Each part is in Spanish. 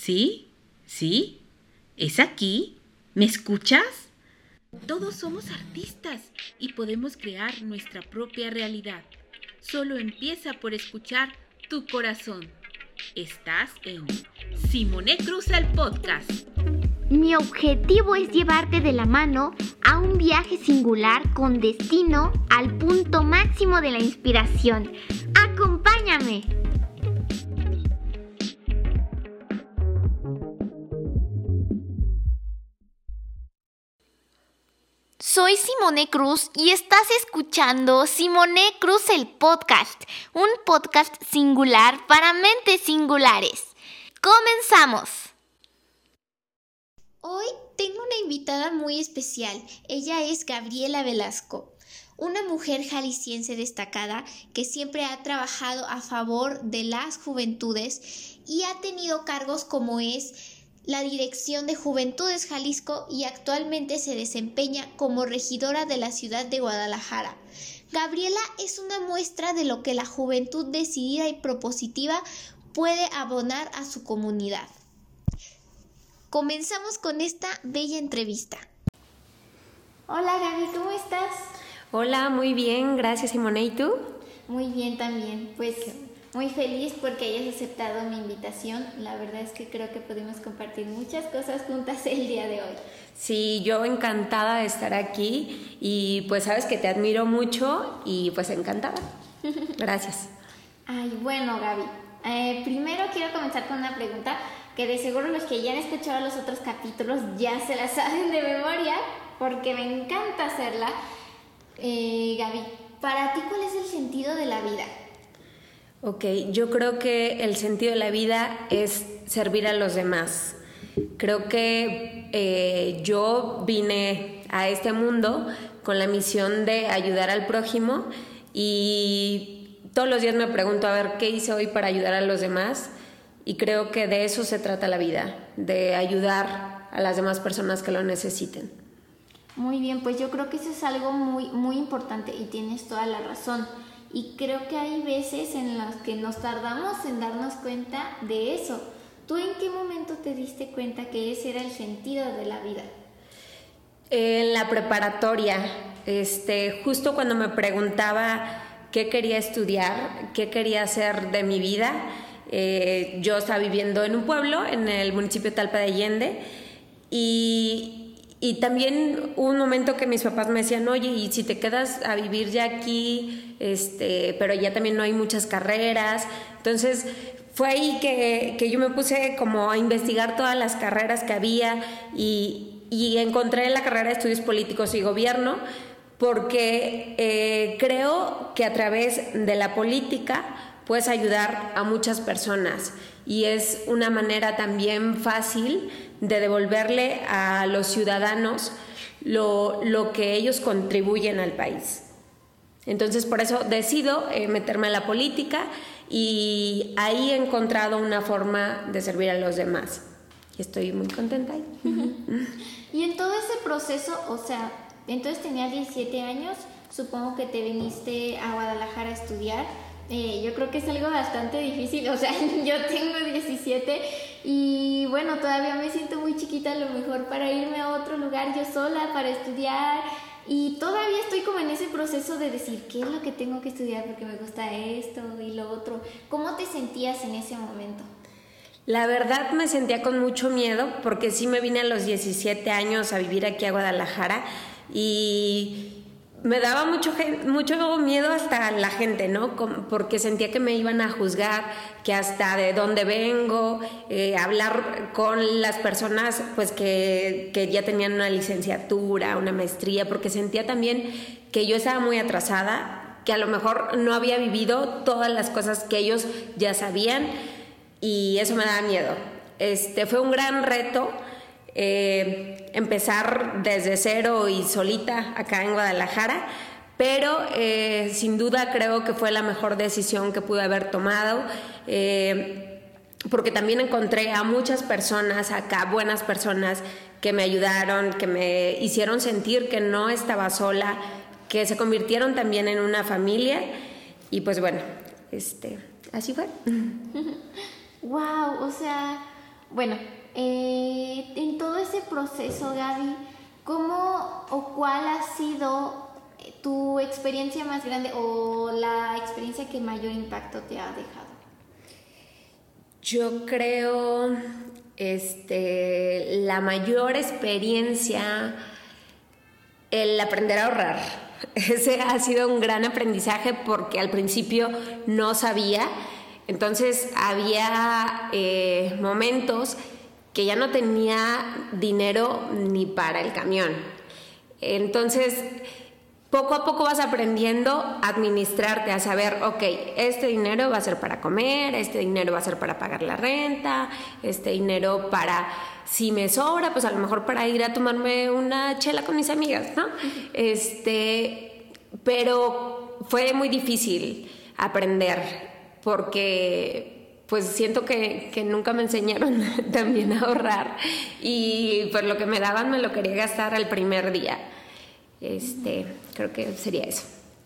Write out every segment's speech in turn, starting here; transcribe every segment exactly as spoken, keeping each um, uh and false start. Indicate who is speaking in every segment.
Speaker 1: ¿Sí? ¿Sí? ¿Es aquí? ¿Me escuchas? Todos somos artistas y podemos crear nuestra propia realidad. Solo empieza por escuchar tu corazón. Estás en Simone Cruza el podcast.
Speaker 2: Mi objetivo es llevarte de la mano a un viaje singular con destino al punto máximo de la inspiración. ¡Acompáñame! Soy Simone Cruz y estás escuchando Simone Cruz el podcast, un podcast singular para mentes singulares. ¡Comenzamos! Hoy tengo una invitada muy especial. Ella es Gabriela Velasco, una mujer jalisciense destacada que siempre ha trabajado a favor de las juventudes y ha tenido cargos como es la Dirección de Juventudes Jalisco y actualmente se desempeña como regidora de la ciudad de Guadalajara. Gabriela es una muestra de lo que la juventud decidida y propositiva puede abonar a su comunidad. Comenzamos con esta bella entrevista. Hola Gaby, ¿cómo estás?
Speaker 3: Hola, muy bien, gracias Simone, ¿y tú?
Speaker 2: Muy bien también, pues muy feliz porque hayas aceptado mi invitación. La verdad es que creo que pudimos compartir muchas cosas juntas el día de hoy.
Speaker 3: Sí, yo encantada de estar aquí y pues sabes que te admiro mucho y pues encantada. Gracias.
Speaker 2: Ay, bueno Gaby, eh, primero quiero comenzar con una pregunta que de seguro los que ya han escuchado los otros capítulos ya se la saben de memoria porque me encanta hacerla. Eh, Gaby, para ti, ¿cuál es el sentido de la vida?
Speaker 3: Ok, yo creo que el sentido de la vida es servir a los demás. Creo que eh, yo vine a este mundo con la misión de ayudar al prójimo y todos los días me pregunto, a ver, ¿qué hice hoy para ayudar a los demás? Y creo que de eso se trata la vida, de ayudar a las demás personas que lo necesiten.
Speaker 2: Muy bien, pues yo creo que eso es algo muy, muy importante y tienes toda la razón. Y creo que hay veces en las que nos tardamos en darnos cuenta de eso. ¿Tú en qué momento te diste cuenta que ese era el sentido de la vida?
Speaker 3: En la preparatoria, este, justo cuando me preguntaba qué quería estudiar, qué quería hacer de mi vida, eh, yo estaba viviendo en un pueblo, en el municipio de Talpa de Allende, y... Y también hubo un momento que mis papás me decían, oye, y si te quedas a vivir ya aquí, este, pero ya también no hay muchas carreras. Entonces fue ahí que, que yo me puse como a investigar todas las carreras que había y, y encontré la carrera de Estudios Políticos y Gobierno porque eh, creo que a través de la política puedes ayudar a muchas personas y es una manera también fácil de devolverle a los ciudadanos lo, lo que ellos contribuyen al país. Entonces, por eso decido eh, meterme a la política y ahí he encontrado una forma de servir a los demás. Y estoy muy contenta ahí.
Speaker 2: Y en todo ese proceso, o sea, entonces tenías diecisiete años, supongo que te viniste a Guadalajara a estudiar. Eh, yo creo que es algo bastante difícil, o sea, yo tengo diecisiete y bueno, todavía me siento muy chiquita a lo mejor para irme a otro lugar yo sola, para estudiar y todavía estoy como en ese proceso de decir qué es lo que tengo que estudiar porque me gusta esto y lo otro. ¿Cómo te sentías en ese momento?
Speaker 3: La verdad me sentía con mucho miedo porque sí me vine a los diecisiete años a vivir aquí a Guadalajara y me daba mucho, mucho miedo hasta la gente, ¿no? Porque sentía que me iban a juzgar, que hasta de dónde vengo, eh, hablar con las personas pues que, que ya tenían una licenciatura, una maestría, porque sentía también que yo estaba muy atrasada, que a lo mejor no había vivido todas las cosas que ellos ya sabían y eso me daba miedo. Este, fue un gran reto. Eh, empezar desde cero y solita acá en Guadalajara, pero eh, sin duda creo que fue la mejor decisión que pude haber tomado, eh, porque también encontré a muchas personas acá, buenas personas que me ayudaron, que me hicieron sentir que no estaba sola, que se convirtieron también en una familia y pues bueno, este, así fue.
Speaker 2: Wow, o sea, Bueno, eh, en todo ese proceso, Gaby, ¿cómo o cuál ha sido tu experiencia más grande o la experiencia que mayor impacto te ha dejado?
Speaker 3: Yo creo, este, la mayor experiencia, el aprender a ahorrar. Ese ha sido un gran aprendizaje porque al principio no sabía, entonces había eh, momentos que ya no tenía dinero ni para el camión. Entonces, poco a poco vas aprendiendo a administrarte, a saber, ok, este dinero va a ser para comer, este dinero va a ser para pagar la renta, este dinero para, si me sobra, pues a lo mejor para ir a tomarme una chela con mis amigas, ¿no? Este, pero fue muy difícil aprender porque pues siento que, que nunca me enseñaron también a ahorrar y pues lo que me daban me lo quería gastar al primer día. Este, creo que sería eso.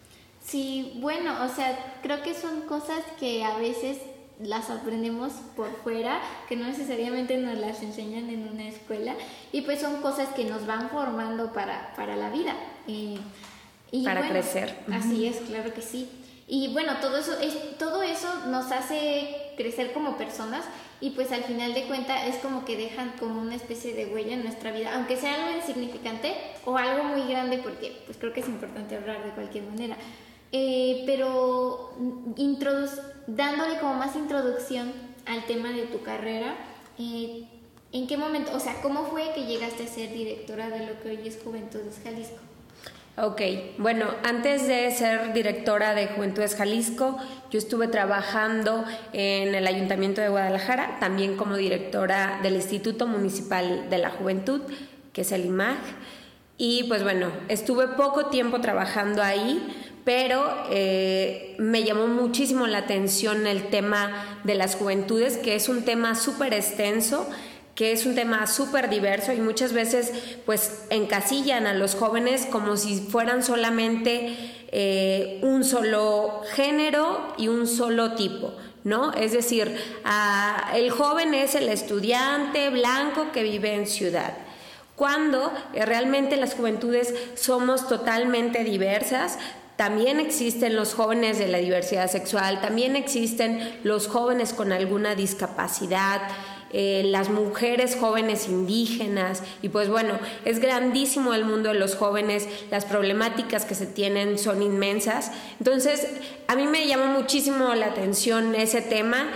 Speaker 2: Sí, bueno, o sea, creo que son cosas que a veces las aprendemos por fuera, que no necesariamente nos las enseñan en una escuela, y pues son cosas que nos van formando para, para la vida. Y, y
Speaker 3: para
Speaker 2: bueno,
Speaker 3: crecer.
Speaker 2: Así es, claro que sí. Y bueno, todo eso, es, todo eso nos hace crecer como personas y pues al final de cuentas es como que dejan como una especie de huella en nuestra vida, aunque sea algo insignificante o algo muy grande, porque pues creo que es importante ahorrar de cualquier manera. Eh, pero introdu- dándole como más introducción al tema de tu carrera, eh, ¿en qué momento, o sea, cómo fue que llegaste a ser directora de lo que hoy es Juventudes Jalisco?
Speaker 3: Ok, bueno, antes de ser directora de Juventudes Jalisco, yo estuve trabajando en el Ayuntamiento de Guadalajara, también como directora del Instituto Municipal de la Juventud, que es el I M A G, y pues bueno, estuve poco tiempo trabajando ahí, pero eh, me llamó muchísimo la atención el tema de las juventudes, que es un tema súper extenso, que es un tema súper diverso y muchas veces pues encasillan a los jóvenes como si fueran solamente eh, un solo género y un solo tipo, ¿no? Es decir, a, el joven es el estudiante blanco que vive en ciudad, cuando eh, realmente las juventudes somos totalmente diversas. También existen los jóvenes de la diversidad sexual, también existen los jóvenes con alguna discapacidad, Eh, las mujeres jóvenes indígenas, y pues bueno, es grandísimo el mundo de los jóvenes, las problemáticas que se tienen son inmensas. Entonces a mí me llamó muchísimo la atención ese tema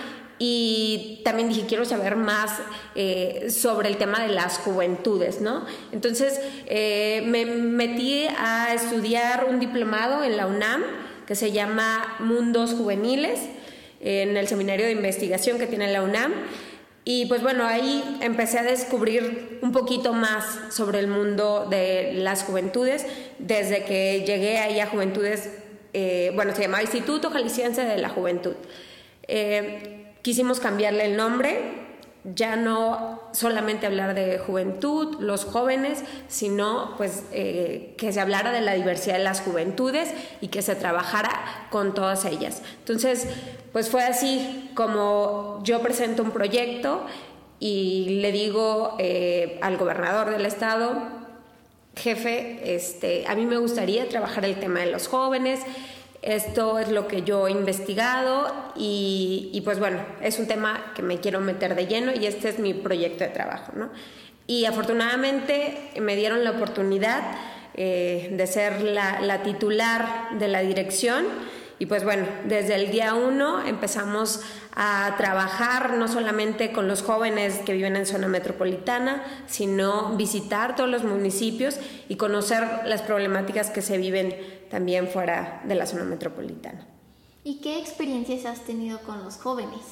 Speaker 3: y también dije, quiero saber más eh, sobre el tema de las juventudes, ¿no? Entonces eh, me metí a estudiar un diplomado en la UNAM que se llama Mundos Juveniles, en el seminario de investigación que tiene la UNAM. Y pues bueno, ahí empecé a descubrir un poquito más sobre el mundo de las juventudes. Desde que llegué ahí a Juventudes, eh, bueno, se llamaba Instituto Jalisciense de la Juventud. Eh, quisimos cambiarle el nombre, ya no solamente hablar de juventud, los jóvenes, sino pues eh, que se hablara de la diversidad de las juventudes y que se trabajara con todas ellas. Entonces, pues fue así como yo presento un proyecto y le digo eh, al gobernador del estado, jefe, este, a mí me gustaría trabajar el tema de los jóvenes. Esto es lo que yo he investigado y, y pues bueno, es un tema que me quiero meter de lleno y este es mi proyecto de trabajo, ¿no? Y afortunadamente me dieron la oportunidad eh, de ser la, la titular de la dirección y pues bueno, desde el día uno empezamos a trabajar no solamente con los jóvenes que viven en zona metropolitana, sino visitar todos los municipios y conocer las problemáticas que se viven también fuera de la zona metropolitana.
Speaker 2: ¿Y qué experiencias has tenido con los jóvenes?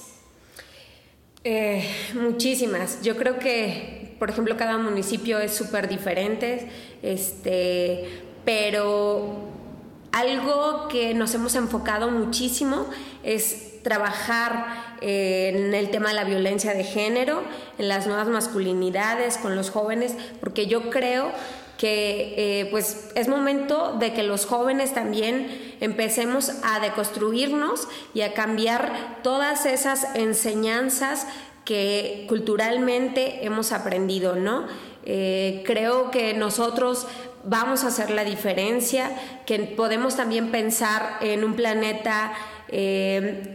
Speaker 3: Eh, muchísimas. Yo creo que, por ejemplo, cada municipio es súper diferente, este, pero algo que nos hemos enfocado muchísimo es trabajar eh, en el tema de la violencia de género, en las nuevas masculinidades con los jóvenes, porque yo creo que eh, pues es momento de que los jóvenes también empecemos a deconstruirnos y a cambiar todas esas enseñanzas que culturalmente hemos aprendido, ¿no? Eh, creo que nosotros vamos a hacer la diferencia, que podemos también pensar en un planeta eh,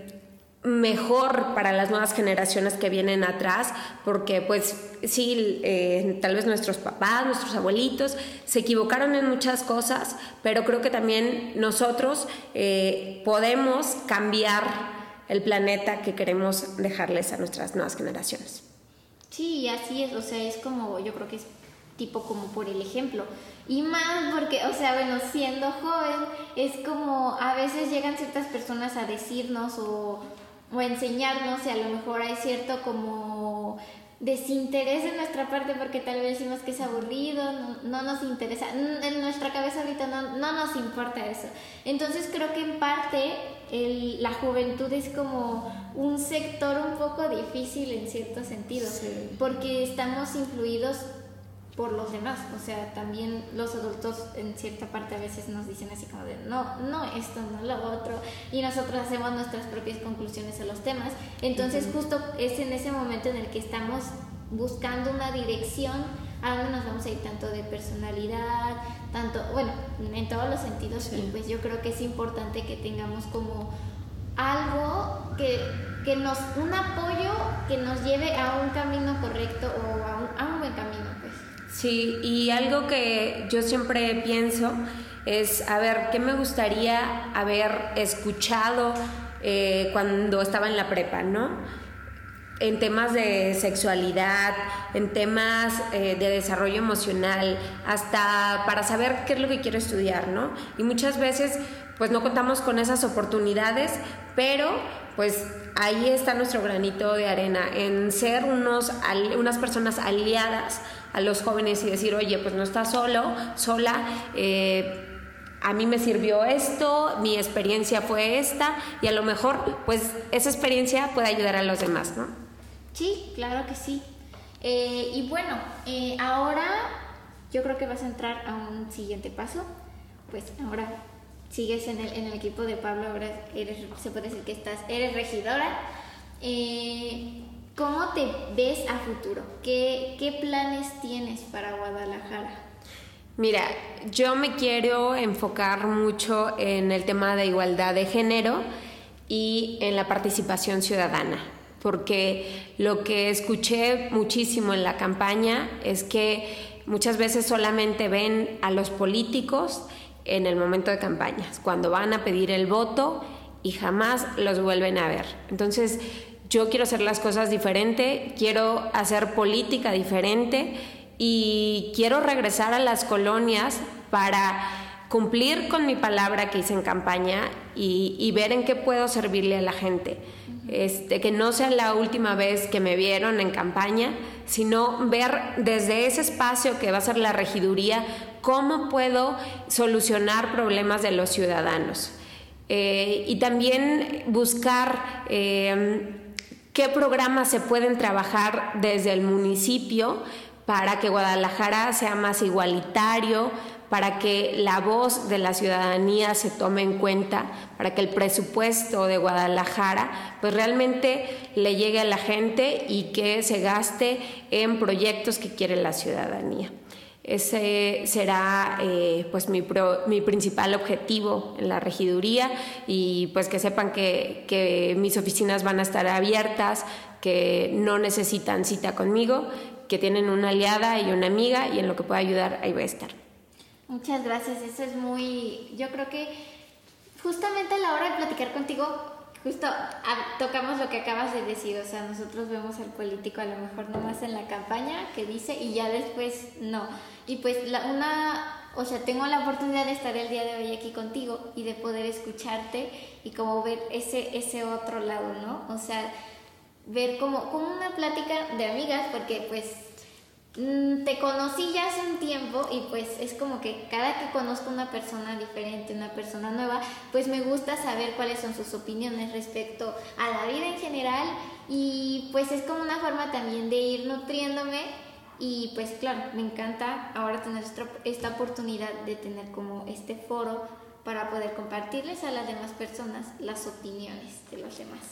Speaker 3: mejor para las nuevas generaciones que vienen atrás, porque pues sí, eh, tal vez nuestros papás, nuestros abuelitos se equivocaron en muchas cosas, pero creo que también nosotros eh, podemos cambiar el planeta que queremos dejarles a nuestras nuevas generaciones.
Speaker 2: Sí, así es, o sea, es como, yo creo que es tipo como por el ejemplo, y más porque, o sea, bueno, siendo joven, es como a veces llegan ciertas personas a decirnos o o enseñarnos, y a lo mejor hay cierto como desinterés en nuestra parte porque tal vez decimos que es aburrido, no, no nos interesa, en nuestra cabeza ahorita no, no nos importa eso. Entonces creo que en parte el, la juventud es como un sector un poco difícil en cierto sentido, sí, porque estamos influidos por los demás, o sea, también los adultos en cierta parte a veces nos dicen así como de no, no, esto, no lo otro, y nosotros hacemos nuestras propias conclusiones a los temas. Entonces uh-huh. justo es en ese momento en el que estamos buscando una dirección a dónde nos vamos a ir, tanto de personalidad, tanto, bueno, en todos los sentidos, sí. Y pues yo creo que es importante que tengamos como algo que, que nos, un apoyo que nos lleve a un camino correcto o a un, a un buen camino, pues.
Speaker 3: Sí, y algo que yo siempre pienso es, a ver, ¿qué me gustaría haber escuchado eh, cuando estaba en la prepa, ¿no? En temas de sexualidad, en temas eh, de desarrollo emocional, hasta para saber qué es lo que quiero estudiar, ¿no? Y muchas veces pues no contamos con esas oportunidades, pero pues ahí está nuestro granito de arena, en ser unos, unas personas aliadas a los jóvenes y decir, oye, pues no estás solo, sola, eh, a mí me sirvió esto, mi experiencia fue esta, y a lo mejor pues esa experiencia puede ayudar a los demás, ¿no?
Speaker 2: Sí, claro que sí. Eh, y bueno, eh, ahora yo creo que vas a entrar a un siguiente paso. Pues ahora sigues en el, en el equipo de Pablo, ahora eres, se puede decir que estás, eres regidora. Eh, ¿Cómo te ves a futuro? ¿Qué, qué planes tienes para Guadalajara?
Speaker 3: Mira, yo me quiero enfocar mucho en el tema de igualdad de género y en la participación ciudadana, porque lo que escuché muchísimo en la campaña es que muchas veces solamente ven a los políticos en el momento de campañas, cuando van a pedir el voto, y jamás los vuelven a ver. Entonces, yo quiero hacer las cosas diferente, quiero hacer política diferente y quiero regresar a las colonias para cumplir con mi palabra que hice en campaña y, y ver en qué puedo servirle a la gente. Este, que no sea la última vez que me vieron en campaña, sino ver desde ese espacio que va a ser la regiduría cómo puedo solucionar problemas de los ciudadanos. Eh, y también buscar eh, qué programas se pueden trabajar desde el municipio para que Guadalajara sea más igualitario, para que la voz de la ciudadanía se tome en cuenta, para que el presupuesto de Guadalajara pues realmente le llegue a la gente y que se gaste en proyectos que quiere la ciudadanía. Ese será eh, pues mi, pro, mi principal objetivo en la regiduría, y pues que sepan que, que mis oficinas van a estar abiertas, que no necesitan cita conmigo, que tienen una aliada y una amiga, y en lo que pueda ayudar ahí voy a estar.
Speaker 2: Muchas gracias, eso es muy, yo creo que justamente a la hora de platicar contigo, justo a, tocamos lo que acabas de decir, o sea, nosotros vemos al político a lo mejor nomás en la campaña que dice y ya después no, y pues la, una, o sea, tengo la oportunidad de estar el día de hoy aquí contigo y de poder escucharte y como ver ese, ese otro lado, ¿no? O sea, ver como, como una plática de amigas, porque pues te conocí ya hace un tiempo y pues es como que cada que conozco una persona diferente, una persona nueva, pues me gusta saber cuáles son sus opiniones respecto a la vida en general, y pues es como una forma también de ir nutriéndome. Y pues claro, me encanta ahora tener esta, esta oportunidad de tener como este foro para poder compartirles a las demás personas las opiniones de los demás.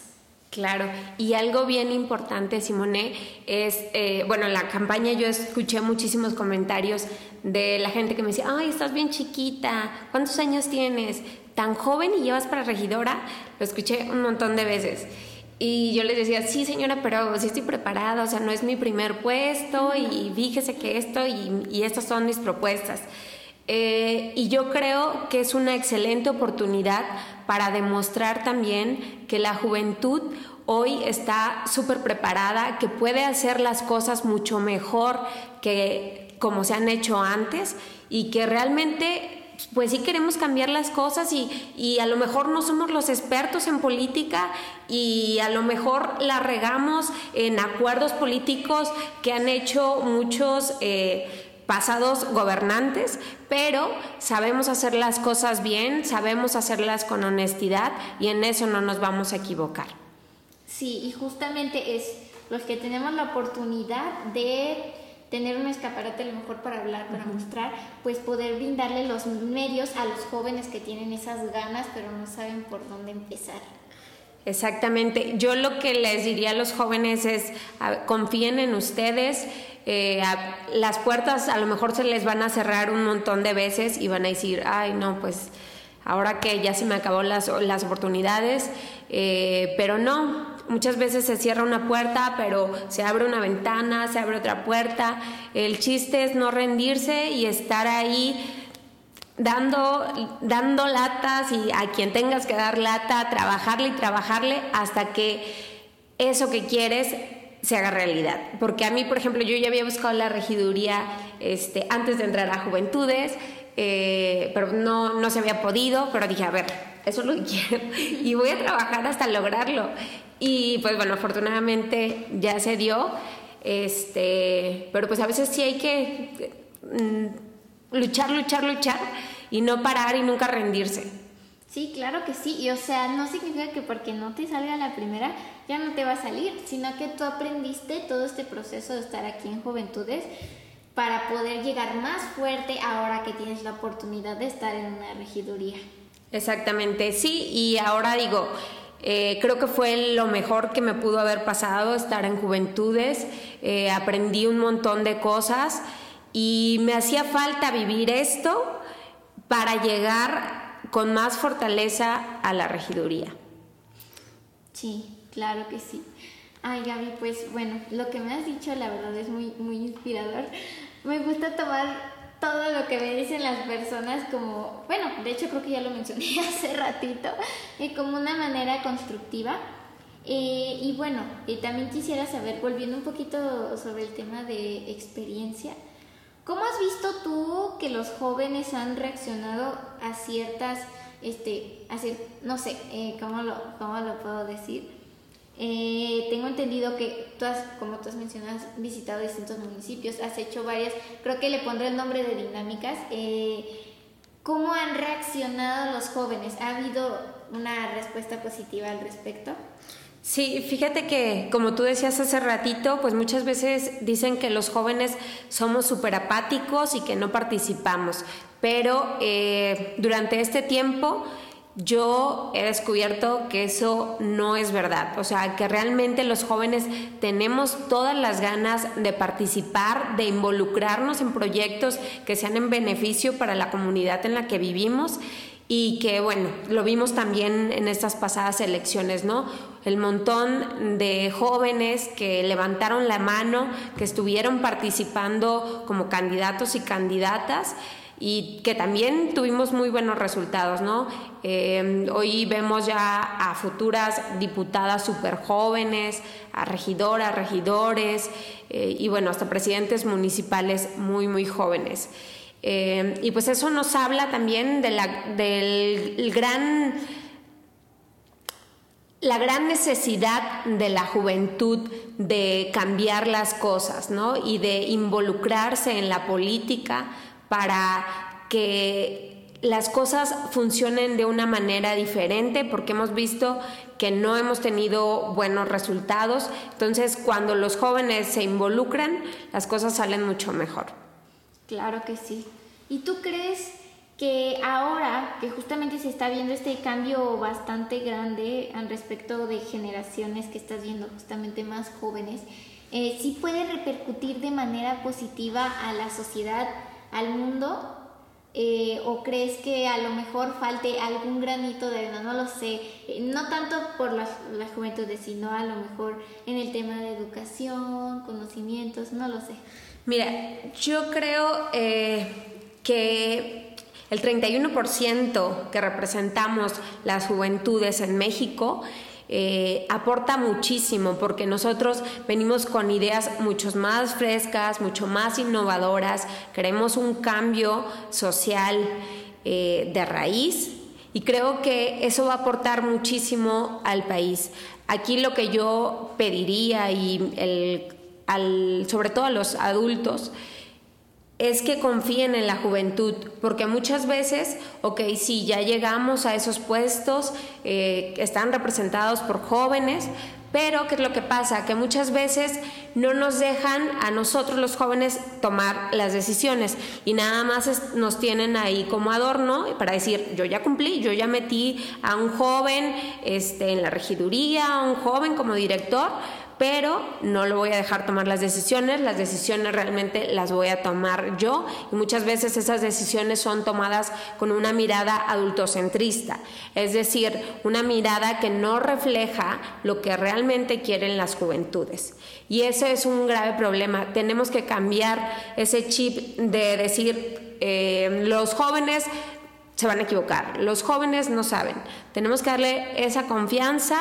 Speaker 3: Claro, y algo bien importante, Simone, es, eh, bueno, en la campaña yo escuché muchísimos comentarios de la gente que me decía, ay, estás bien chiquita, ¿cuántos años tienes? ¿Tan joven y llevas para regidora? Lo escuché un montón de veces. Y yo les decía, sí señora, pero sí estoy preparada, o sea, no es mi primer puesto y fíjese que esto y, y estas son mis propuestas. Eh, y yo creo que es una excelente oportunidad para demostrar también que la juventud hoy está súper preparada, que puede hacer las cosas mucho mejor que como se han hecho antes y que realmente pues sí queremos cambiar las cosas y, y a lo mejor no somos los expertos en política y a lo mejor la regamos en acuerdos políticos que han hecho muchos eh, pasados gobernantes, pero sabemos hacer las cosas bien, sabemos hacerlas con honestidad y en eso no nos vamos a equivocar.
Speaker 2: Sí, y justamente es los que tenemos la oportunidad de tener un escaparate a lo mejor para hablar, para uh-huh. mostrar, pues poder brindarle los medios a los jóvenes que tienen esas ganas, pero no saben por dónde empezar.
Speaker 3: Exactamente. Yo lo que les diría a los jóvenes es, a, confíen en ustedes, eh, a, las puertas a lo mejor se les van a cerrar un montón de veces y van a decir, ay no, pues ahora que ya se me acabó las, las oportunidades, eh, pero no, muchas veces se cierra una puerta, pero se abre una ventana, se abre otra puerta. El chiste es no rendirse y estar ahí dando, dando latas y a quien tengas que dar lata, trabajarle y trabajarle hasta que eso que quieres se haga realidad. Porque a mí, por ejemplo, yo ya había buscado la regiduría este, antes de entrar a Juventudes, eh, pero no, no se había podido, pero dije, a ver, eso es lo que quiero y voy a trabajar hasta lograrlo. Y pues bueno, afortunadamente ya se dio, este, pero pues a veces sí hay que mm, luchar, luchar, luchar y no parar y nunca rendirse.
Speaker 2: Sí, claro que sí, y o sea, no significa que porque no te salga la primera ya no te va a salir, sino que tú aprendiste todo este proceso de estar aquí en Juventudes para poder llegar más fuerte ahora que tienes la oportunidad de estar en una regiduría.
Speaker 3: Exactamente, sí, y ahora digo, eh, creo que fue lo mejor que me pudo haber pasado estar en Juventudes, eh, aprendí un montón de cosas y me hacía falta vivir esto para llegar con más fortaleza a la regiduría.
Speaker 2: Sí, claro que sí. Ay, Gaby, pues bueno, lo que me has dicho la verdad es muy, muy inspirador. Me gusta tomar todo lo que me dicen las personas como, bueno, de hecho creo que ya lo mencioné hace ratito, eh, como una manera constructiva. Eh, y bueno, eh, también quisiera saber, volviendo un poquito sobre el tema de experiencia, ¿cómo has visto tú que los jóvenes han reaccionado a ciertas, este, a cier- no sé, eh, ¿cómo lo, cómo lo puedo decir? Eh, tengo entendido que tú has, como tú has mencionado, has visitado distintos municipios, has hecho varias, creo que le pondré el nombre de dinámicas. Eh, ¿Cómo han reaccionado los jóvenes? ¿Ha habido una respuesta positiva al respecto?
Speaker 3: Sí, fíjate que como tú decías hace ratito, pues muchas veces dicen que los jóvenes somos súper apáticos y que no participamos, pero eh, durante este tiempo yo he descubierto que eso no es verdad, o sea, que realmente los jóvenes tenemos todas las ganas de participar, de involucrarnos en proyectos que sean en beneficio para la comunidad en la que vivimos y que, bueno, lo vimos también en estas pasadas elecciones, ¿no? El montón de jóvenes que levantaron la mano, que estuvieron participando como candidatos y candidatas y que también tuvimos muy buenos resultados, ¿no? Eh, hoy vemos ya a futuras diputadas súper jóvenes, a regidoras, regidores eh, y bueno, hasta presidentes municipales muy, muy jóvenes. Eh, y pues eso nos habla también de la, del gran, la gran necesidad de la juventud de cambiar las cosas, ¿no? Y de involucrarse en la política para que las cosas funcionen de una manera diferente, porque hemos visto que no hemos tenido buenos resultados. Entonces, cuando los jóvenes se involucran, las cosas salen mucho mejor.
Speaker 2: Claro que sí. ¿Y tú crees
Speaker 4: que ahora que justamente se está viendo este cambio bastante grande al respecto de generaciones que estás viendo justamente más jóvenes, eh, sí puede repercutir de manera positiva a la sociedad, al mundo, eh, o crees que a lo mejor falte algún granito de arena, no lo sé, eh, no tanto por las, las juventudes, sino a lo mejor en el tema de educación, conocimientos, no lo sé.
Speaker 3: Mira, yo creo eh, que el treinta y uno por ciento que representamos las juventudes en México eh, aporta muchísimo, porque nosotros venimos con ideas mucho más frescas, mucho más innovadoras, queremos un cambio social eh, de raíz, y creo que eso va a aportar muchísimo al país. Aquí lo que yo pediría, y el, al, sobre todo a los adultos, es que confíen en la juventud, porque muchas veces, ok, sí, ya llegamos a esos puestos, eh, están representados por jóvenes, pero ¿qué es lo que pasa? Que muchas veces no nos dejan a nosotros los jóvenes tomar las decisiones, y nada más es, nos tienen ahí como adorno para decir, yo ya cumplí, yo ya metí a un joven este, en la regiduría, a un joven como director, pero no lo voy a dejar tomar las decisiones, las decisiones realmente las voy a tomar yo, y muchas veces esas decisiones son tomadas con una mirada adultocentrista, es decir, una mirada que no refleja lo que realmente quieren las juventudes, y ese es un grave problema. Tenemos que cambiar ese chip de decir, eh, los jóvenes se van a equivocar, los jóvenes no saben, tenemos que darle esa confianza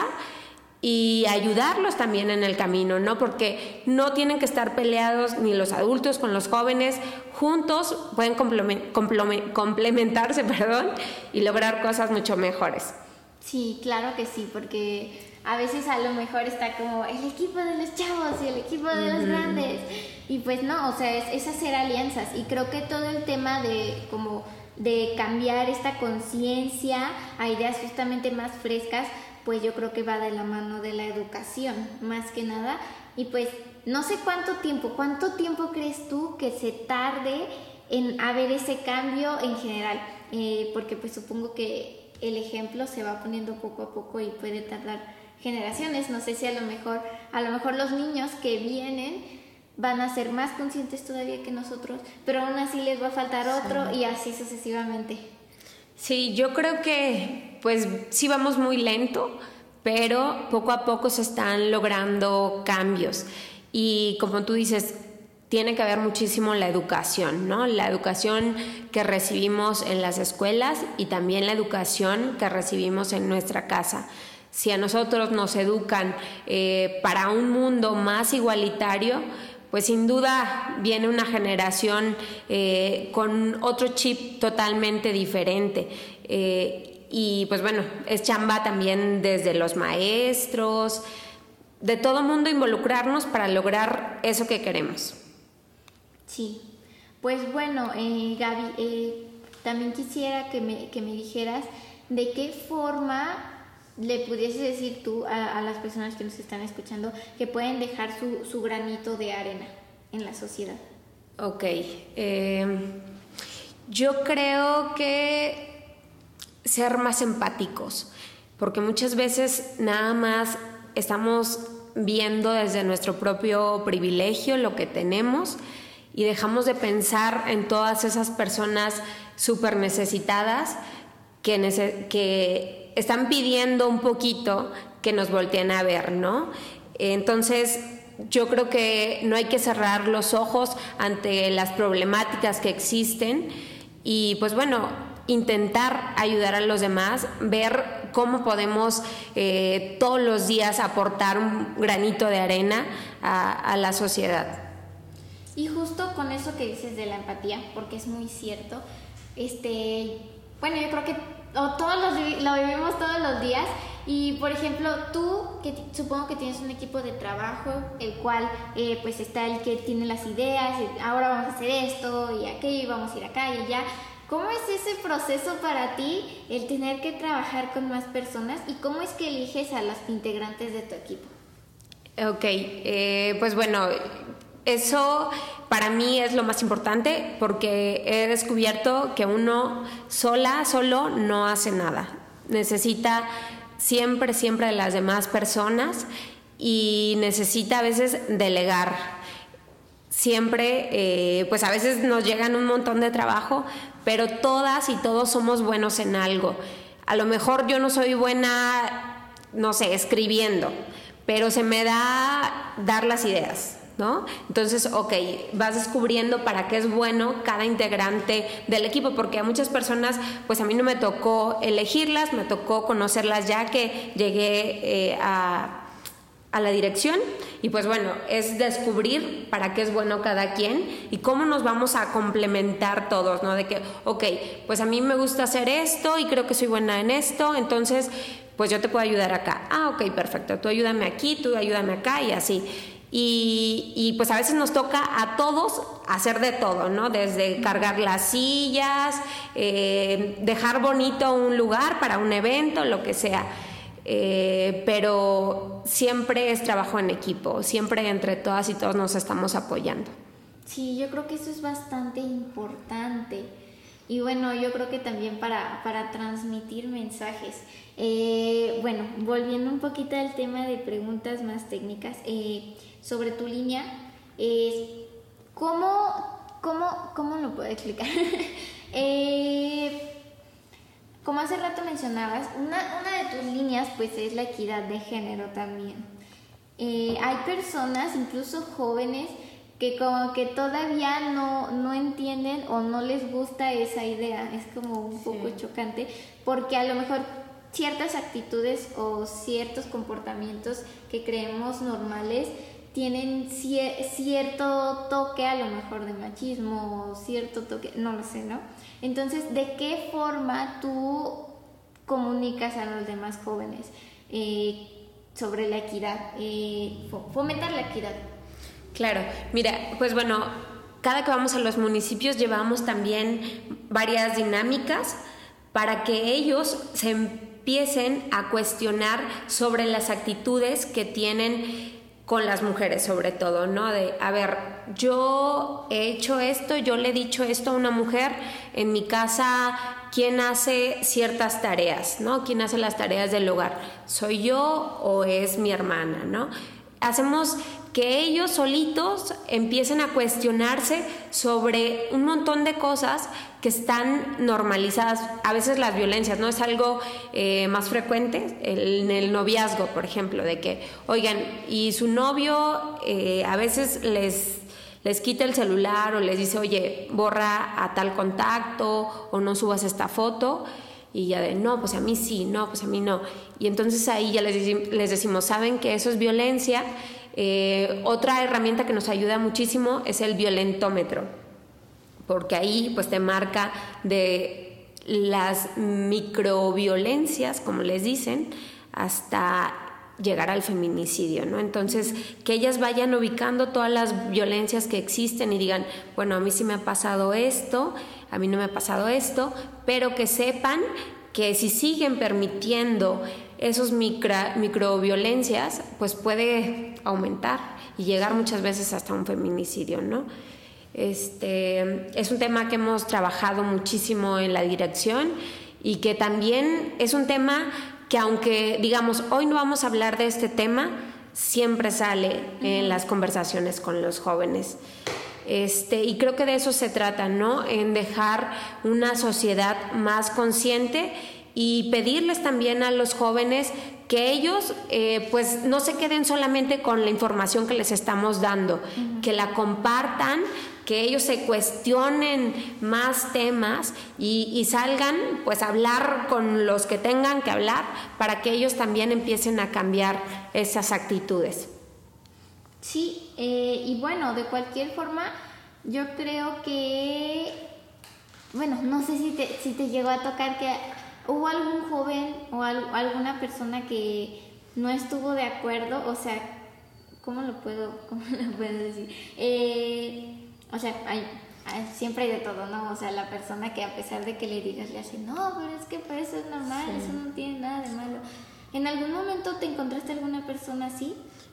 Speaker 3: y ayudarlos también en el camino, ¿no? Porque no tienen que estar peleados ni los adultos con los jóvenes, juntos pueden complementarse, perdón, y lograr cosas mucho mejores.
Speaker 4: Sí, claro que sí, porque a veces a lo mejor está como el equipo de los chavos y el equipo de los mm. grandes, y pues no, o sea, es, es hacer alianzas, y creo que todo el tema de como de cambiar esta conciencia a ideas justamente más frescas, pues yo creo que va de la mano de la educación, más que nada. Y pues no sé cuánto tiempo, ¿cuánto tiempo crees tú que se tarde en haber ese cambio en general? Eh, porque pues supongo que el ejemplo se va poniendo poco a poco y puede tardar generaciones. No sé si a lo mejor, a lo mejor los niños que vienen van a ser más conscientes todavía que nosotros, pero aún así les va a faltar otro, sí. Y así sucesivamente.
Speaker 3: Sí, yo creo que pues sí vamos muy lento, pero poco a poco se están logrando cambios, y como tú dices, tiene que haber muchísimo la educación, ¿no? La educación que recibimos en las escuelas y también la educación que recibimos en nuestra casa. Si a nosotros nos educan eh, para un mundo más igualitario, pues sin duda viene una generación eh, con otro chip totalmente diferente. Eh, y pues bueno, es chamba también desde los maestros, de todo mundo involucrarnos para lograr eso que queremos.
Speaker 4: Sí, pues bueno, eh, Gaby, eh, también quisiera que me, que me dijeras de qué forma le pudieses decir tú a, a las personas que nos están escuchando que pueden dejar su, su granito de arena en la sociedad.
Speaker 3: Ok, eh, yo creo que ser más empáticos, porque muchas veces nada más estamos viendo desde nuestro propio privilegio lo que tenemos, y dejamos de pensar en todas esas personas súper necesitadas que, nece- que están pidiendo un poquito que nos volteen a ver, ¿no? Entonces, yo creo que no hay que cerrar los ojos ante las problemáticas que existen, y pues bueno, intentar ayudar a los demás, ver cómo podemos eh, todos los días aportar un granito de arena a, a la sociedad.
Speaker 4: Y justo con eso que dices de la empatía, porque es muy cierto, este, bueno, yo creo que o todos los, lo vivimos todos los días. Y por ejemplo, tú, que t- supongo que tienes un equipo de trabajo, el cual eh, pues está el que tiene las ideas, ahora vamos a hacer esto y aquello, y vamos a ir acá y allá. ¿Cómo es ese proceso para ti, el tener que trabajar con más personas, y cómo es que eliges a los integrantes de tu equipo?
Speaker 3: Ok, eh, pues bueno, eso para mí es lo más importante, porque he descubierto que uno sola, solo no hace nada. Necesita siempre, siempre de las demás personas y necesita a veces delegar. Siempre, eh, pues a veces nos llegan un montón de trabajo, pero todas y todos somos buenos en algo. A lo mejor yo no soy buena, no sé, escribiendo, pero se me da dar las ideas, ¿no? Entonces, ok, vas descubriendo para qué es bueno cada integrante del equipo, porque a muchas personas, pues a mí no me tocó elegirlas, me tocó conocerlas ya que llegué eh, a, a la dirección, y pues bueno, es descubrir para qué es bueno cada quien y cómo nos vamos a complementar todos, ¿no? De que, ok, pues a mí me gusta hacer esto y creo que soy buena en esto, entonces pues yo te puedo ayudar acá. Ah, ok, perfecto, tú ayúdame aquí, tú ayúdame acá y así. Y, y pues a veces nos toca a todos hacer de todo, ¿no? Desde cargar las sillas, eh, dejar bonito un lugar para un evento, lo que sea. Eh, pero siempre es trabajo en equipo, siempre entre todas y todos nos estamos apoyando.
Speaker 4: Sí, yo creo que eso es bastante importante. Y bueno, yo creo que también para, para transmitir mensajes. Eh, bueno, volviendo un poquito al tema de preguntas más técnicas, eh, sobre tu línea, eh, ¿cómo, cómo, ¿cómo lo puedo explicar? eh, como hace rato mencionabas, una, una de tus líneas pues es la equidad de género también. Eh, hay personas, incluso jóvenes, que como que todavía no, no entienden o no les gusta esa idea. Es como un poco sí. chocante, porque a lo mejor ciertas actitudes o ciertos comportamientos que creemos normales tienen cier- cierto toque a lo mejor de machismo o cierto toque, no lo sé, ¿no? Entonces, ¿de qué forma tú comunicas a los demás jóvenes eh, sobre la equidad, eh, fomentar la equidad?
Speaker 3: Claro, mira, pues bueno, cada que vamos a los municipios llevamos también varias dinámicas para que ellos se empiecen a cuestionar sobre las actitudes que tienen con las mujeres, sobre todo, ¿no? De, a ver, yo he hecho esto, yo le he dicho esto a una mujer, en mi casa, ¿quién hace ciertas tareas, ¿no? ¿Quién hace las tareas del hogar? ¿Soy yo o es mi hermana, ¿no? Hacemos que ellos solitos empiecen a cuestionarse sobre un montón de cosas que están normalizadas. A veces las violencias, ¿no? Es algo eh, más frecuente el, en el noviazgo, por ejemplo, de que, oigan, y su novio eh, a veces les, les quita el celular o les dice, oye, borra a tal contacto o no subas esta foto. Y ya de, no, pues a mí sí, no, pues a mí no. Y entonces ahí ya les, les decimos, ¿saben que eso es violencia? Eh, otra herramienta que nos ayuda muchísimo es el violentómetro, porque ahí pues te marca de las microviolencias, como les dicen, hasta llegar al feminicidio, ¿no? Entonces, que ellas vayan ubicando todas las violencias que existen y digan, bueno, a mí sí me ha pasado esto, a mí no me ha pasado esto, pero que sepan que si siguen permitiendo esos micro, microviolencias, pues puede aumentar y llegar muchas veces hasta un feminicidio, ¿no? Este, es un tema que hemos trabajado muchísimo en la dirección y que también es un tema que, aunque digamos hoy no vamos a hablar de este tema, siempre sale en las conversaciones con los jóvenes. Este, y creo que de eso se trata, ¿no? En dejar una sociedad más consciente y pedirles también a los jóvenes que ellos eh, pues no se queden solamente con la información que les estamos dando, uh-huh. que la compartan, que ellos se cuestionen más temas y, y salgan pues a hablar con los que tengan que hablar para que ellos también empiecen a cambiar esas actitudes.
Speaker 4: Sí, eh, y bueno, de cualquier forma, yo creo que, bueno, no sé si te, si te llegó a tocar que hubo algún joven o al, alguna persona que no estuvo de acuerdo, o sea, ¿cómo lo puedo, cómo lo puedo decir? Eh, o sea, hay, hay, siempre hay de todo, ¿no? O sea, la persona que a pesar de que le digas, le hace, no, pero es que por eso es normal, sí. Eso no tiene nada de malo. ¿En algún momento te encontraste alguna persona así?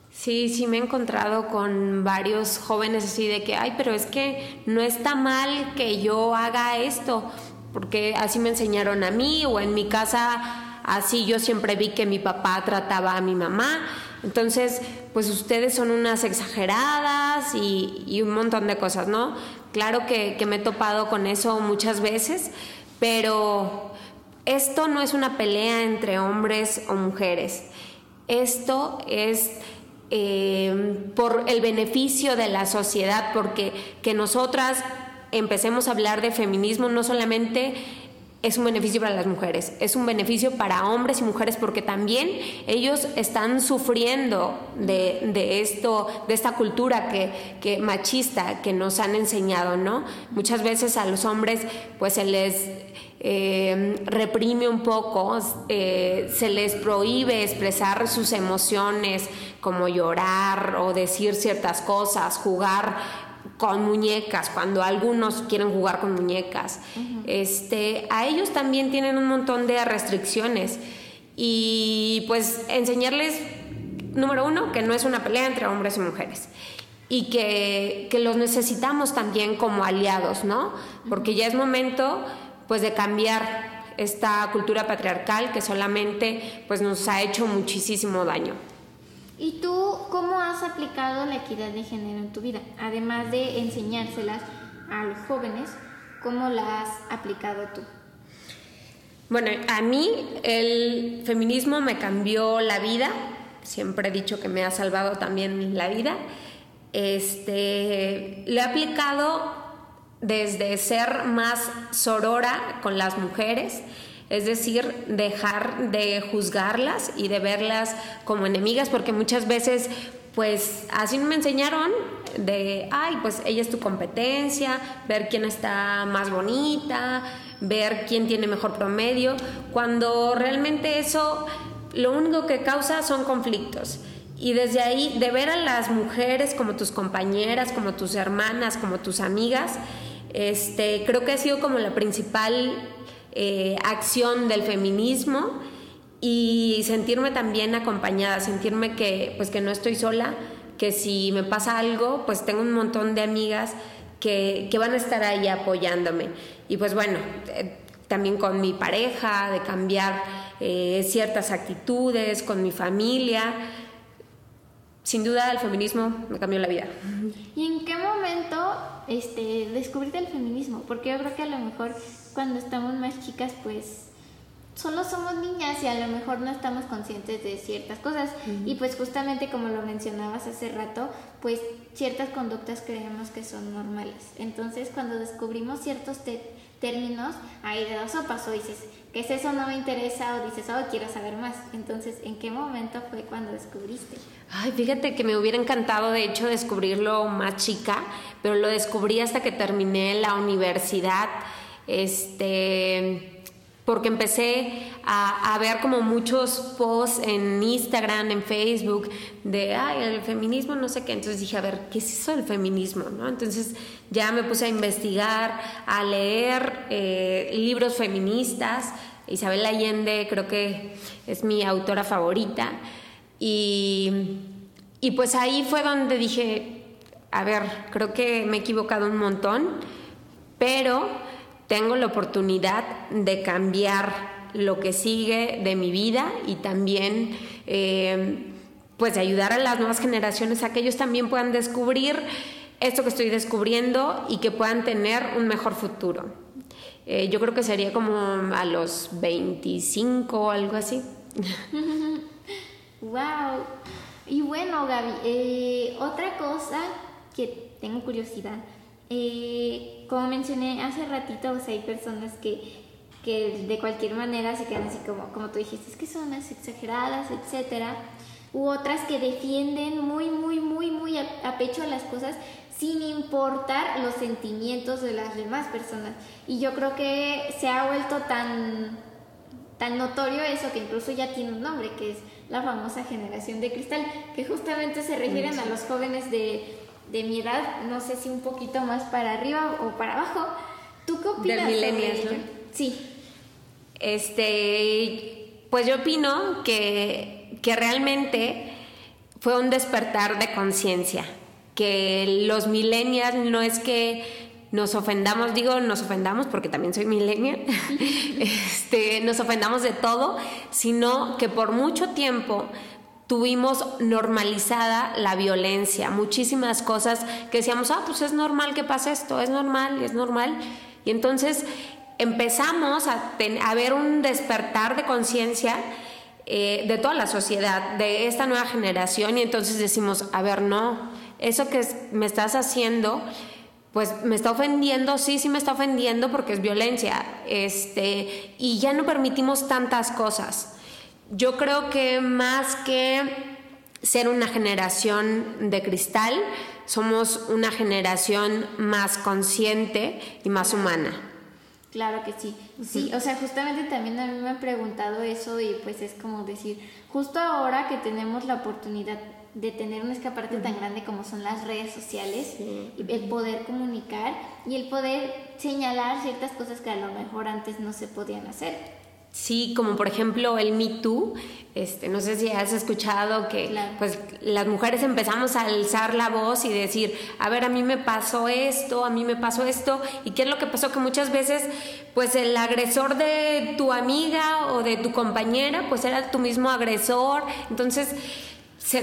Speaker 3: Sí, sí me he encontrado con varios jóvenes así de que, ay, pero es que no está mal que yo haga esto, porque así me enseñaron a mí, o en mi casa así yo siempre vi que mi papá trataba a mi mamá. Entonces, pues ustedes son unas exageradas y, y un montón de cosas, ¿no? Claro que, que me he topado con eso muchas veces, pero esto no es una pelea entre hombres o mujeres. Esto es eh, por el beneficio de la sociedad, porque que nosotras empecemos a hablar de feminismo no solamente es un beneficio para las mujeres, es un beneficio para hombres y mujeres, porque también ellos están sufriendo de, de esto, de esta cultura que, que machista que nos han enseñado, ¿no? Muchas veces a los hombres pues se les eh, reprime un poco, eh, se les prohíbe expresar sus emociones, como llorar o decir ciertas cosas, jugar con muñecas, cuando algunos quieren jugar con muñecas. Uh-huh. Este, a ellos también tienen un montón de restricciones y pues enseñarles, número uno, que no es una pelea entre hombres y mujeres y que, que los necesitamos también como aliados, ¿no? Porque ya es momento pues de cambiar esta cultura patriarcal que solamente pues nos ha hecho muchísimo daño.
Speaker 4: ¿Y tú cómo has aplicado la equidad de género en tu vida? Además de enseñárselas a los jóvenes, ¿cómo la has aplicado tú?
Speaker 3: Bueno, a mí el feminismo me cambió la vida. Siempre he dicho que me ha salvado también la vida. Este, lo he aplicado desde ser más sorora con las mujeres, es decir, dejar de juzgarlas y de verlas como enemigas, porque muchas veces, pues, así me enseñaron de, ay, pues ella es tu competencia, ver quién está más bonita, ver quién tiene mejor promedio, cuando realmente eso lo único que causa son conflictos. Y desde ahí, de ver a las mujeres como tus compañeras, como tus hermanas, como tus amigas, este, creo que ha sido como la principal Eh, acción del feminismo, y sentirme también acompañada, sentirme que, pues, que no estoy sola, que si me pasa algo, pues tengo un montón de amigas que, que van a estar ahí apoyándome. Y pues bueno, eh, también con mi pareja, de cambiar eh, ciertas actitudes, con mi familia. Sin duda el feminismo me cambió la vida.
Speaker 4: ¿Y en qué momento este, descubriste el feminismo? Porque yo creo que a lo mejor cuando estamos más chicas, pues solo somos niñas y a lo mejor no estamos conscientes de ciertas cosas. Uh-huh. Y pues justamente como lo mencionabas hace rato, pues ciertas conductas creemos que son normales. Entonces cuando descubrimos ciertos te- términos, hay de dos sopas, o dices, ¿qué es eso? No me interesa, o dices, oh, quiero saber más. Entonces, ¿en qué momento fue cuando descubriste?
Speaker 3: Ay, fíjate que me hubiera encantado, de hecho, descubrirlo más chica, pero lo descubrí hasta que terminé la universidad, este, porque empecé a, a ver como muchos posts en Instagram, en Facebook, de, ay, el feminismo, no sé qué. Entonces dije, a ver, ¿qué es eso del feminismo?, ¿no? Entonces ya me puse a investigar, a leer eh, libros feministas. Isabel Allende creo que es mi autora favorita. Y, y pues ahí fue donde dije, a ver, creo que me he equivocado un montón, pero tengo la oportunidad de cambiar lo que sigue de mi vida y también eh, pues de ayudar a las nuevas generaciones a que ellos también puedan descubrir esto que estoy descubriendo y que puedan tener un mejor futuro. Eh, yo creo que sería como a los veinticinco o algo así.
Speaker 4: Wow. Y bueno, Gaby, eh, otra cosa que tengo curiosidad, eh, como mencioné hace ratito, o sea, hay personas que, que de cualquier manera se quedan así como, como tú dijiste, es que son unas exageradas, etcétera, u otras que defienden muy, muy, muy, muy a, a pecho las cosas sin importar los sentimientos de las demás personas. Y yo creo que se ha vuelto tan, tan notorio eso que incluso ya tiene un nombre, que es la famosa generación de cristal, que justamente se refieren sí. a los jóvenes de, de mi edad, no sé si un poquito más para arriba o para abajo. ¿Tú qué opinas?
Speaker 3: Del millennials, ¿no?
Speaker 4: Sí.
Speaker 3: Este, pues yo opino que, que realmente fue un despertar de conciencia, que los millennials no es que nos ofendamos, digo nos ofendamos porque también soy millennial, este, nos ofendamos de todo, sino que por mucho tiempo tuvimos normalizada la violencia, muchísimas cosas que decíamos, ah, pues es normal que pase esto, es normal, es normal, y entonces empezamos a, ten, a ver un despertar de conciencia eh, de toda la sociedad, de esta nueva generación, y entonces decimos, a ver, no, eso que me estás haciendo, pues me está ofendiendo, sí, sí me está ofendiendo porque es violencia, este, y ya no permitimos tantas cosas. Yo creo que más que ser una generación de cristal, somos una generación más consciente y más humana.
Speaker 4: Claro que sí, sí, o sea, justamente también a mí me han preguntado eso y pues es como decir, justo ahora que tenemos la oportunidad de tener un escaparate uh-huh. tan grande como son las redes sociales, sí. el poder comunicar y el poder señalar ciertas cosas que a lo mejor antes no se podían hacer.
Speaker 3: Sí, como por ejemplo el Me Too, este, no sé si has escuchado que
Speaker 4: claro.
Speaker 3: pues las mujeres empezamos a alzar la voz y decir, a ver, a mí me pasó esto, a mí me pasó esto, y qué es lo que pasó, que muchas veces pues el agresor de tu amiga o de tu compañera pues era tu mismo agresor, entonces se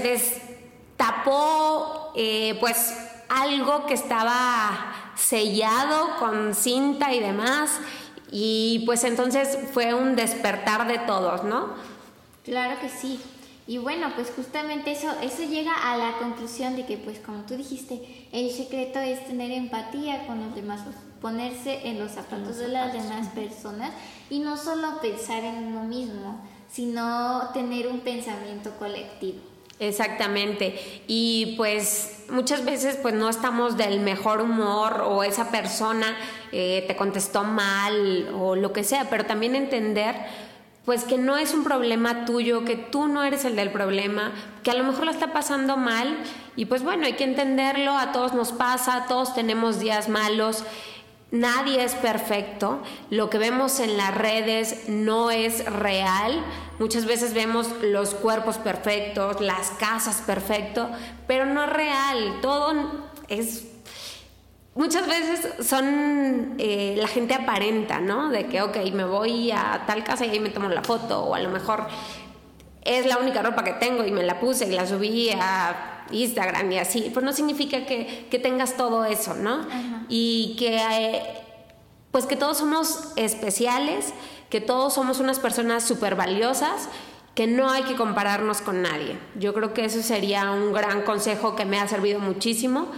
Speaker 3: destapó eh, pues algo que estaba sellado con cinta y demás. Y pues entonces fue un despertar de todos, ¿no?
Speaker 4: Claro que sí. Y bueno, pues justamente eso, eso llega a la conclusión de que, pues como tú dijiste, el secreto es tener empatía con los demás, ponerse en los zapatos de las demás personas y no solo pensar en uno mismo, sino tener un pensamiento colectivo.
Speaker 3: Exactamente, y pues muchas veces pues no estamos del mejor humor o esa persona eh, te contestó mal o lo que sea, pero también entender pues que no es un problema tuyo, que tú no eres el del problema, que a lo mejor lo está pasando mal y pues bueno, hay que entenderlo, a todos nos pasa, todos tenemos días malos. Nadie es perfecto, lo que vemos en las redes no es real, muchas veces vemos los cuerpos perfectos, las casas perfectas, pero no es real, todo es, muchas veces son, eh, la gente aparenta, ¿no? De que, ok, me voy a tal casa y ahí me tomo la foto, o a lo mejor es la única ropa que tengo y me la puse y la subí a Instagram y así, pues no significa que, que tengas todo eso, ¿no?
Speaker 4: Ajá.
Speaker 3: Y que eh, pues que todos somos especiales, que todos somos unas personas súper valiosas, que no hay que compararnos con nadie. Yo creo que eso sería un gran consejo que me ha servido muchísimo,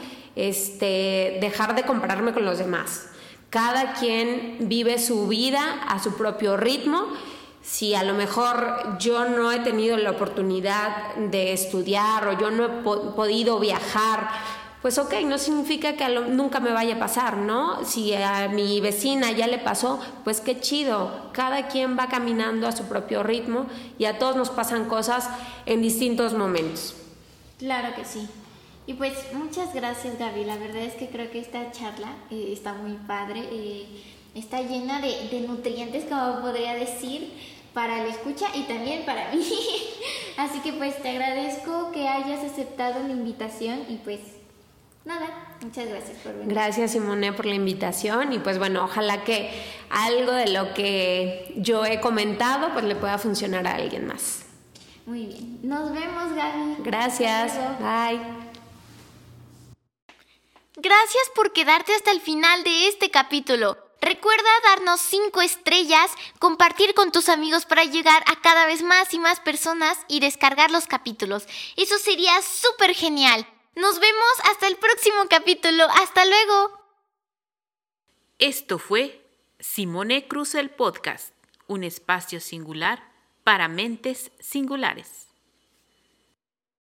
Speaker 3: este, dejar de compararme con los demás. Cada quien vive su vida a su propio ritmo. Si a lo mejor yo no he tenido la oportunidad de estudiar o yo no he po- podido viajar, pues ok, no significa que a lo, nunca me vaya a pasar, ¿no? Si a mi vecina ya le pasó, pues qué chido. Cada quien va caminando a su propio ritmo y a todos nos pasan cosas en distintos momentos.
Speaker 4: Claro que sí. Y pues muchas gracias, Gaby. La verdad es que creo que esta charla eh, está muy padre. Eh, está llena de, de nutrientes, como podría decir, para la escucha y también para mí. Así que pues te agradezco que hayas aceptado la invitación y pues nada, muchas gracias por venir.
Speaker 3: Gracias, Simone, por la invitación y pues bueno, ojalá que algo de lo que yo he comentado pues le pueda funcionar a alguien más.
Speaker 4: Muy bien, nos vemos, Gaby.
Speaker 3: Gracias, bye.
Speaker 2: Gracias por quedarte hasta el final de este capítulo. Recuerda darnos cinco estrellas, compartir con tus amigos para llegar a cada vez más y más personas y descargar los capítulos. Eso sería súper genial. Nos vemos hasta el próximo capítulo. ¡Hasta luego!
Speaker 1: Esto fue Simone Cruz el Podcast, un espacio singular para mentes singulares.